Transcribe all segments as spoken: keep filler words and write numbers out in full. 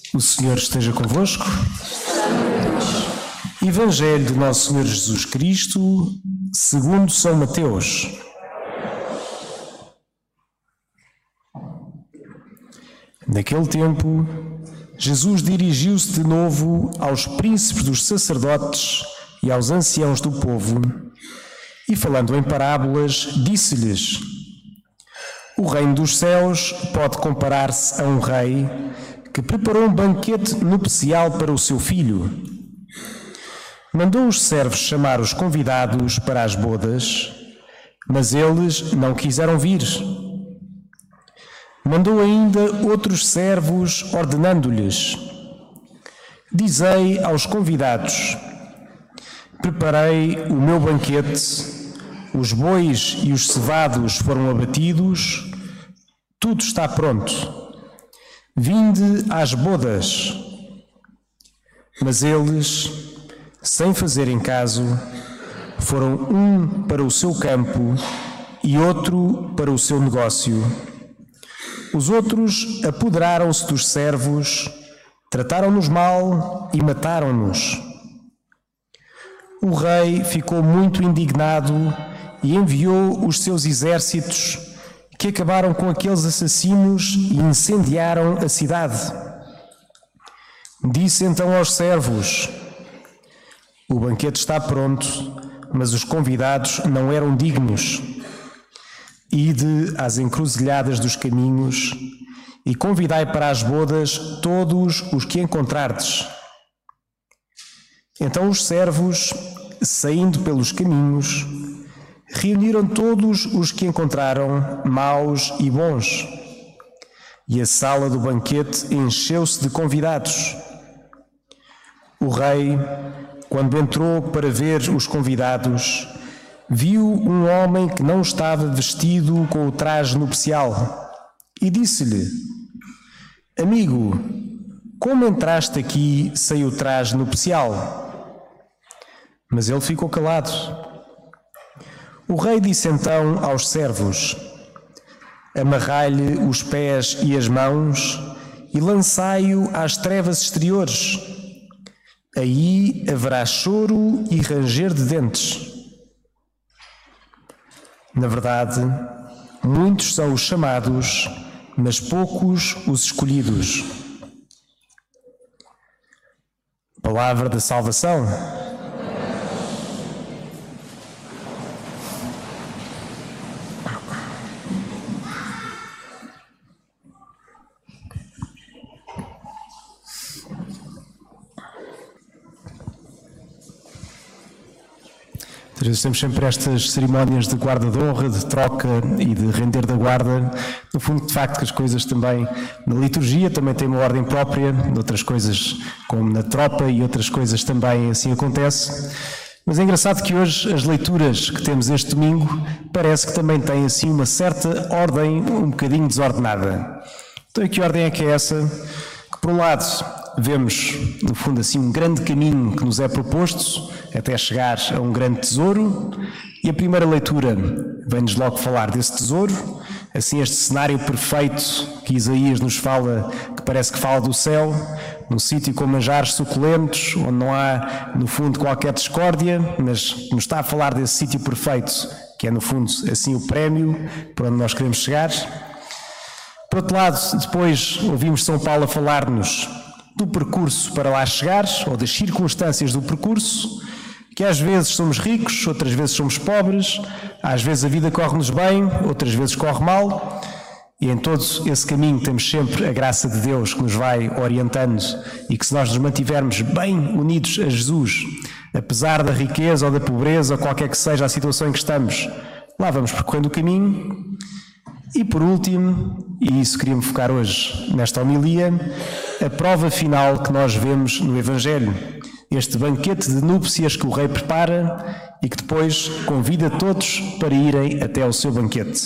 O Senhor esteja convosco. Evangelho de Nosso Senhor Jesus Cristo, segundo São Mateus. Naquele tempo, Jesus dirigiu-se de novo aos príncipes dos sacerdotes e aos anciãos do povo, e falando em parábolas, disse-lhes: O reino dos céus pode comparar-se a um rei que preparou um banquete nupcial para o seu filho. Mandou os servos chamar os convidados para as bodas, mas eles não quiseram vir. Mandou ainda outros servos, ordenando-lhes: Dizei aos convidados: Preparei o meu banquete, os bois e os cevados foram abatidos, tudo está pronto. Vinde às bodas. Mas eles, sem fazerem caso, foram um para o seu campo e outro para o seu negócio. Os outros apoderaram-se dos servos, trataram-nos mal e mataram-nos. O rei ficou muito indignado e enviou os seus exércitos, que acabaram com aqueles assassinos e incendiaram a cidade. Disse então aos servos: O banquete está pronto, mas os convidados não eram dignos. Ide às encruzilhadas dos caminhos e convidai para as bodas todos os que encontrardes. Então os servos, saindo pelos caminhos, reuniram todos os que encontraram, maus e bons, e a sala do banquete encheu-se de convidados. O rei, quando entrou para ver os convidados, viu um homem que não estava vestido com o traje nupcial e disse-lhe: Amigo, como entraste aqui sem o traje nupcial? Mas ele ficou calado. O rei disse então aos servos: Amarrai-lhe os pés e as mãos e lançai-o às trevas exteriores. Aí haverá choro e ranger de dentes. Na verdade, muitos são os chamados, mas poucos os escolhidos. Palavra da salvação. Temos sempre estas cerimónias de guarda de honra, de troca e de render da guarda. No fundo, de facto, que as coisas também na liturgia também têm uma ordem própria, de outras coisas como na tropa e outras coisas também assim acontece. Mas é engraçado que hoje as leituras que temos este domingo parece que também têm assim uma certa ordem um bocadinho desordenada. Então, que ordem é que é essa? Que por um lado vemos, no fundo, assim um grande caminho que nos é proposto até chegar a um grande tesouro, e a primeira leitura vem-nos logo falar desse tesouro, assim este cenário perfeito que Isaías nos fala, que parece que fala do céu, num sítio com manjares suculentos, onde não há, no fundo, qualquer discórdia, mas nos está a falar desse sítio perfeito, que é, no fundo, assim o prémio para onde nós queremos chegar. Por outro lado, depois ouvimos São Paulo a falar-nos do percurso para lá chegar, ou das circunstâncias do percurso, que às vezes somos ricos, outras vezes somos pobres, às vezes a vida corre-nos bem, outras vezes corre mal, e em todo esse caminho temos sempre a graça de Deus que nos vai orientando, e que se nós nos mantivermos bem unidos a Jesus, apesar da riqueza ou da pobreza, ou qualquer que seja a situação em que estamos, lá vamos percorrendo o caminho. E por último, e isso queria-me focar hoje nesta homilia, a prova final que nós vemos no Evangelho, este banquete de núpcias que o rei prepara e que depois convida todos para irem até ao seu banquete.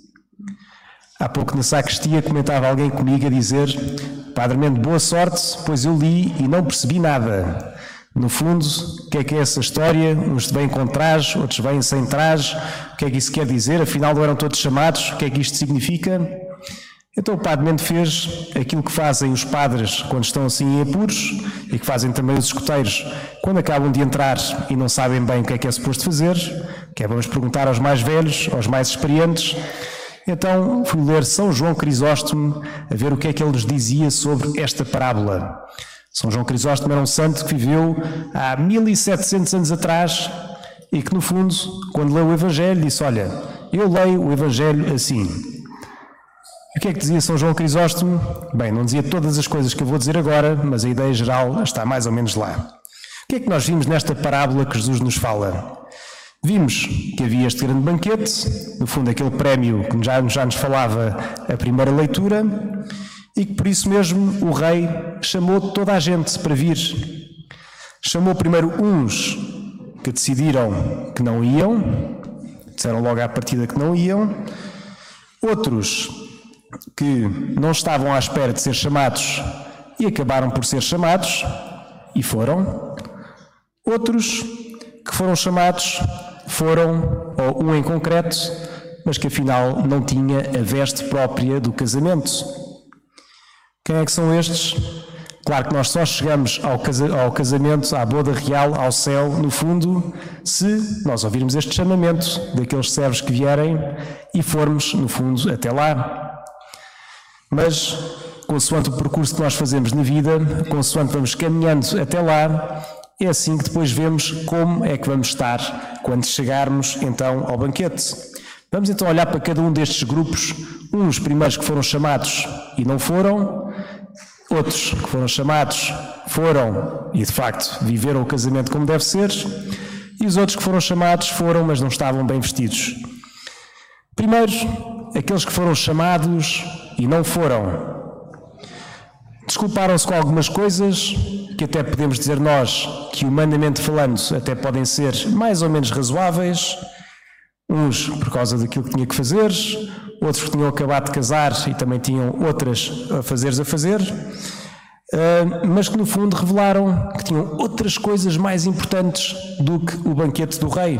Há pouco na sacristia comentava alguém comigo a dizer: Padre Mendo, boa sorte, pois eu li e não percebi nada. No fundo, o que é que é essa história? Uns vêm com traje, outros vêm sem traje. O que é que isso quer dizer? Afinal, não eram todos chamados? O que é que isto significa? Então o Padre Mendo fez aquilo que fazem os padres quando estão assim em apuros e que fazem também os escoteiros quando acabam de entrar e não sabem bem o que é que é suposto fazer, que é vamos perguntar aos mais velhos, aos mais experientes. Então fui ler São João Crisóstomo a ver o que é que ele nos dizia sobre esta parábola. São João Crisóstomo era um santo que viveu há mil e setecentos anos atrás e que no fundo, quando leu o Evangelho, disse, olha, eu leio o Evangelho assim. E o que é que dizia São João Crisóstomo? Bem, não dizia todas as coisas que eu vou dizer agora, mas a ideia geral está mais ou menos lá. O que é que nós vimos nesta parábola que Jesus nos fala? Vimos que havia este grande banquete, no fundo aquele prémio que já, já nos falava a primeira leitura, e que por isso mesmo o rei chamou toda a gente para vir. Chamou primeiro uns que decidiram que não iam, disseram logo à partida que não iam, outros que não estavam à espera de ser chamados e acabaram por ser chamados e foram. Outros que foram chamados foram, ou um em concreto, mas que afinal não tinha a veste própria do casamento. Quem é que são estes? Claro que nós só chegamos ao, casa, ao casamento, à boda real, ao céu, no fundo, se nós ouvirmos este chamamento daqueles servos que vierem e formos, no fundo, até lá. Mas, consoante o percurso que nós fazemos na vida, consoante vamos caminhando até lá, é assim que depois vemos como é que vamos estar quando chegarmos, então, ao banquete. Vamos então olhar para cada um destes grupos, uns primeiros que foram chamados e não foram, outros que foram chamados foram e, de facto, viveram o casamento como deve ser, e os outros que foram chamados foram, mas não estavam bem vestidos. Primeiro, aqueles que foram chamados e não foram. Desculparam-se com algumas coisas que até podemos dizer nós que, humanamente falando, até podem ser mais ou menos razoáveis. Uns por causa daquilo que tinha que fazer, outros que tinham acabado de casar e também tinham outras afazeres a fazer, mas que no fundo revelaram que tinham outras coisas mais importantes do que o banquete do rei.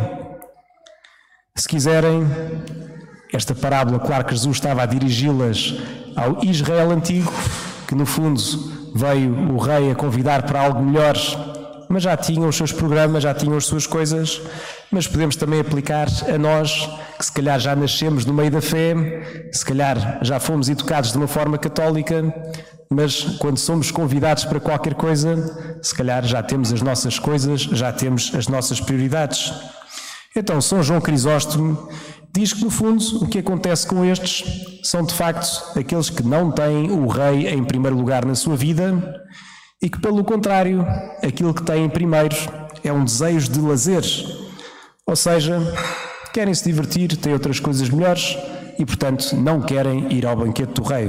Se quiserem, esta parábola, claro que Jesus estava a dirigi-las ao Israel antigo, que no fundo veio o rei a convidar para algo melhor, mas já tinham os seus programas, já tinham as suas coisas, mas podemos também aplicar a nós, que se calhar já nascemos no meio da fé, se calhar já fomos educados de uma forma católica, mas quando somos convidados para qualquer coisa, se calhar já temos as nossas coisas, já temos as nossas prioridades. Então, São João Crisóstomo diz que, no fundo, o que acontece com estes são, de facto, aqueles que não têm o rei em primeiro lugar na sua vida e que, pelo contrário, aquilo que têm primeiro é um desejo de lazer. Ou seja, querem se divertir, têm outras coisas melhores e, portanto, não querem ir ao banquete do rei.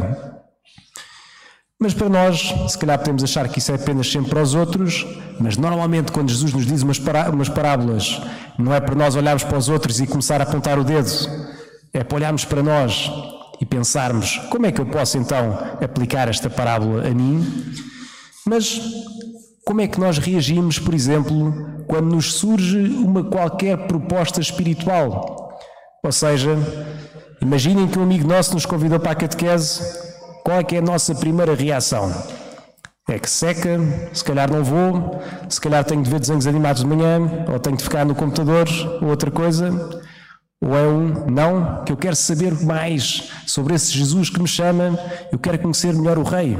Mas para nós, se calhar podemos achar que isso é apenas sempre para os outros, mas normalmente quando Jesus nos diz umas, pará- umas parábolas, não é para nós olharmos para os outros e começar a apontar o dedo, é para olharmos para nós e pensarmos como é que eu posso então aplicar esta parábola a mim, mas como é que nós reagimos, por exemplo, quando nos surge uma qualquer proposta espiritual? Ou seja, imaginem que um amigo nosso nos convidou para a catequese, qual é que é a nossa primeira reação? É que seca, se calhar não vou, se calhar tenho de ver desenhos animados de manhã, ou tenho de ficar no computador, ou outra coisa, ou é um não, que eu quero saber mais sobre esse Jesus que me chama, eu quero conhecer melhor o Rei.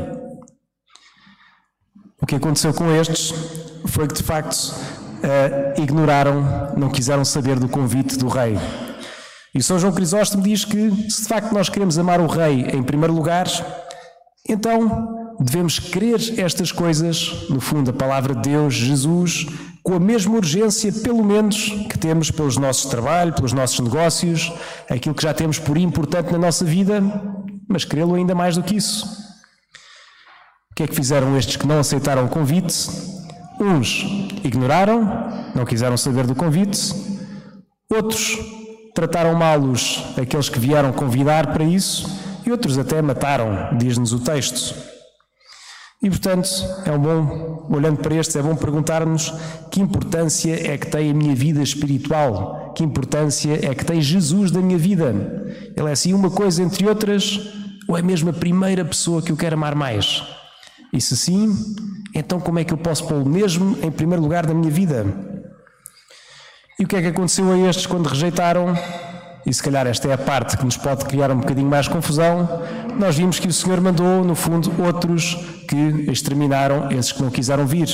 O que aconteceu com estes foi que, de facto, uh, ignoraram, não quiseram saber do convite do Rei. E São João Crisóstomo diz que, se de facto nós queremos amar o Rei em primeiro lugar, então devemos querer estas coisas, no fundo a palavra de Deus, Jesus, com a mesma urgência, pelo menos, que temos pelos nossos trabalhos, pelos nossos negócios, aquilo que já temos por importante na nossa vida, mas querê-lo ainda mais do que isso. O que é que fizeram estes que não aceitaram o convite? Uns ignoraram, não quiseram saber do convite, outros trataram mal-os aqueles que vieram convidar para isso, e outros até mataram, diz-nos o texto. E, portanto, é um bom, olhando para estes, é bom perguntar-nos que importância é que tem a minha vida espiritual, que importância é que tem Jesus da minha vida. Ele é assim uma coisa entre outras, Ou é mesmo a primeira pessoa que eu quero amar mais? E se sim, então como é que eu posso pô-lo mesmo em primeiro lugar da minha vida? E o que é que aconteceu a estes quando rejeitaram? E se calhar esta é a parte que nos pode criar um bocadinho mais confusão. Nós vimos que o Senhor mandou, no fundo, outros que exterminaram esses que não quiseram vir.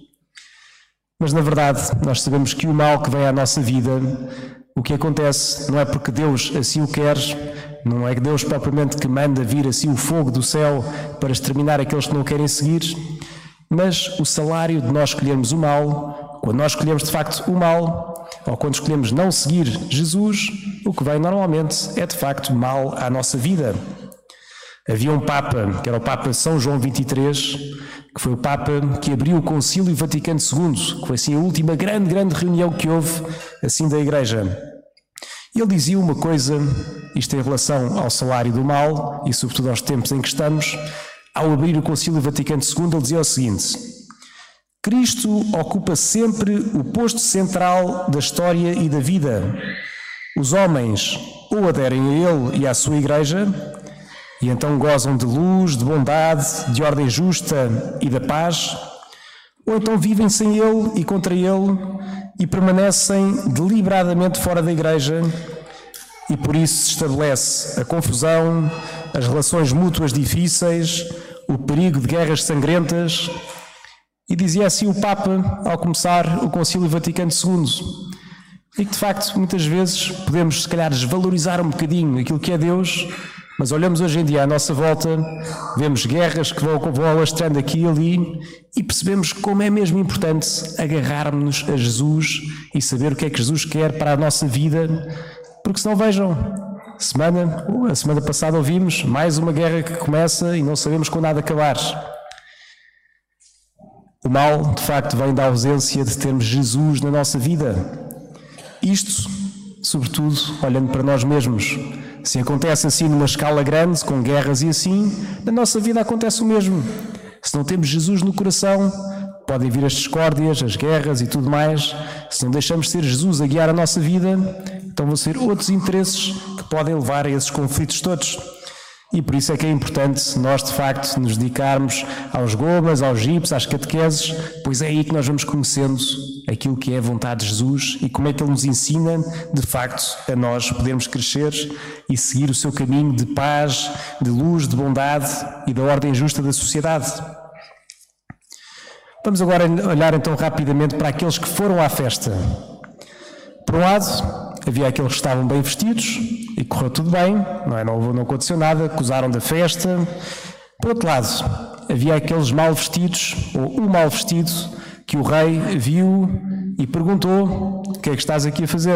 Mas, na verdade, nós sabemos que o mal que vem à nossa vida, o que acontece não é porque Deus assim o quer, não é que Deus propriamente que manda vir assim o fogo do céu para exterminar aqueles que não querem seguir, mas o salário de nós escolhermos o mal, quando nós escolhemos de facto o mal, ou quando escolhemos não seguir Jesus, o que vem normalmente é de facto mal à nossa vida. Havia um Papa, que era o Papa São João vinte e três, que foi o Papa que abriu o Concílio Vaticano segundo, que foi assim a última grande, grande reunião que houve assim da Igreja. Ele dizia uma coisa, isto em relação ao salário do mal, e sobretudo aos tempos em que estamos. Ao abrir o Concílio Vaticano segundo, ele dizia o seguinte: Cristo ocupa sempre o posto central da história e da vida. Os homens ou aderem a ele e à sua Igreja, e então gozam de luz, de bondade, de ordem justa e da paz, ou então vivem sem ele e contra ele e permanecem deliberadamente fora da Igreja, e por isso se estabelece a confusão, as relações mútuas difíceis, o perigo de guerras sangrentas. E dizia assim o Papa ao começar o Concílio Vaticano segundo, e que de facto muitas vezes podemos se calhar desvalorizar um bocadinho aquilo que é Deus, mas olhamos hoje em dia à nossa volta, vemos guerras que vão, vão alastrando aqui e ali e percebemos como é mesmo importante agarrarmos-nos a Jesus e saber o que é que Jesus quer para a nossa vida, porque senão vejam, semana, a semana passada ouvimos mais uma guerra que começa e não sabemos quando há de acabar. O mal, de facto, vem da ausência de termos Jesus na nossa vida. Isto, sobretudo, olhando para nós mesmos. Se acontece assim numa escala grande, com guerras e assim, na nossa vida acontece o mesmo. Se não temos Jesus no coração, podem vir as discórdias, as guerras e tudo mais. Se não deixamos ser Jesus a guiar a nossa vida, então vão ser outros interesses que podem levar a esses conflitos todos. E por isso é que é importante nós, de facto, nos dedicarmos aos gomas, aos jipes, às catequeses, pois é aí que nós vamos conhecendo aquilo que é a vontade de Jesus e como é que Ele nos ensina, de facto, a nós podermos crescer e seguir o seu caminho de paz, de luz, de bondade e da ordem justa da sociedade. Vamos agora olhar então rapidamente para aqueles que foram à festa. Por um lado, havia aqueles que estavam bem vestidos e correu tudo bem, não, é? não, não aconteceu nada, gozaram da festa. Por outro lado, havia aqueles mal vestidos, ou o mal vestido, que o rei viu e perguntou: o que é que estás aqui a fazer?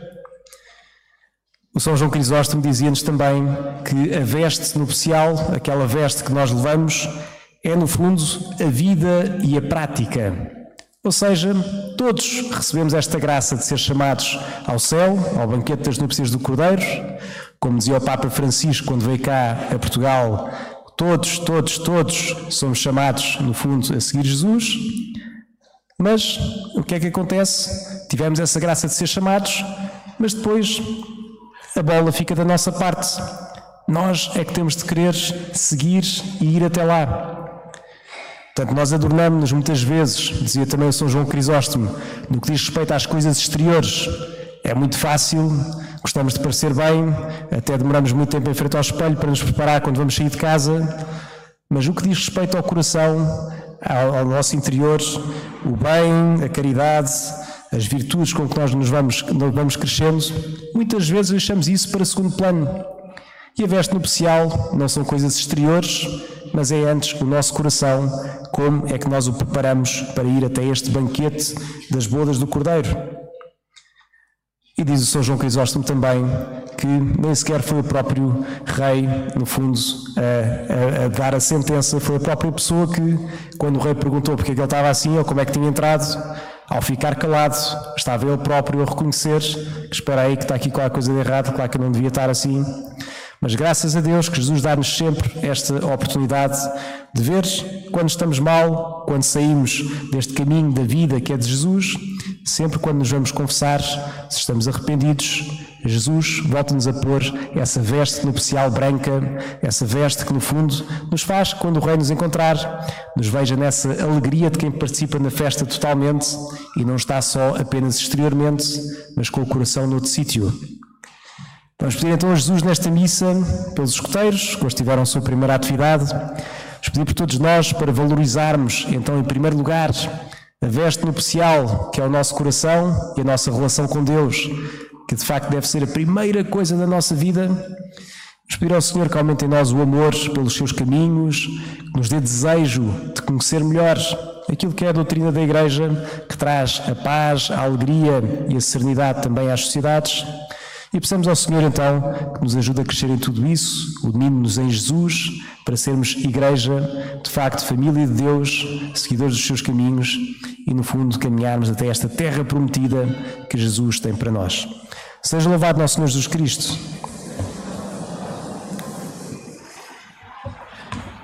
O São João Crisóstomo dizia-nos também que a veste nupcial, aquela veste que nós levamos, é no fundo a vida e a prática. Ou seja, todos recebemos esta graça de ser chamados ao céu, ao banquete das núpcias do Cordeiro. Como dizia o Papa Francisco quando veio cá a Portugal, todos, todos, todos somos chamados, no fundo, a seguir Jesus. Mas o que é que acontece? Tivemos essa graça de ser chamados, mas depois a bola fica da nossa parte. Nós é que temos de querer seguir e ir até lá. Portanto, nós adornamos-nos muitas vezes, dizia também o São João Crisóstomo, no que diz respeito às coisas exteriores. É muito fácil, gostamos de parecer bem, até demoramos muito tempo em frente ao espelho para nos preparar quando vamos sair de casa, mas o que diz respeito ao coração, ao, ao nosso interior, o bem, a caridade, as virtudes com que nós nos vamos, nos vamos crescendo, muitas vezes deixamos isso para segundo plano. E a veste nupcial não são coisas exteriores, mas é antes o nosso coração, como é que nós o preparamos para ir até este banquete das bodas do Cordeiro. E diz o São João Crisóstomo também que nem sequer foi o próprio rei, no fundo, a, a, a dar a sentença, foi a própria pessoa que, quando o rei perguntou porque é que ele estava assim ou como é que tinha entrado, ao ficar calado, estava ele próprio a reconhecer que espera aí que está aqui qualquer coisa de errado, claro que eu não devia estar assim. Mas graças a Deus que Jesus dá-nos sempre esta oportunidade de ver quando estamos mal, quando saímos deste caminho da vida que é de Jesus, sempre quando nos vamos confessar, se estamos arrependidos, Jesus volta-nos a pôr essa veste nupcial branca, essa veste que no fundo nos faz, quando o Rei nos encontrar, nos veja nessa alegria de quem participa na festa totalmente e não está só apenas exteriormente, mas com o coração noutro sítio. Vamos pedir então a Jesus nesta missa, pelos escuteiros, que hoje tiveram a sua primeira atividade, vamos pedir por todos nós para valorizarmos, então, em primeiro lugar, a veste nupcial, que é o nosso coração e a nossa relação com Deus, que de facto deve ser a primeira coisa da nossa vida. Vamos pedir ao Senhor que aumente em nós o amor pelos seus caminhos, que nos dê desejo de conhecer melhor aquilo que é a doutrina da Igreja, que traz a paz, a alegria e a serenidade também às sociedades. E peçamos ao Senhor então que nos ajude a crescer em tudo isso, unindo-nos em Jesus, para sermos Igreja, de facto família de Deus, seguidores dos seus caminhos e no fundo caminharmos até esta terra prometida que Jesus tem para nós. Seja louvado nosso Senhor Jesus Cristo.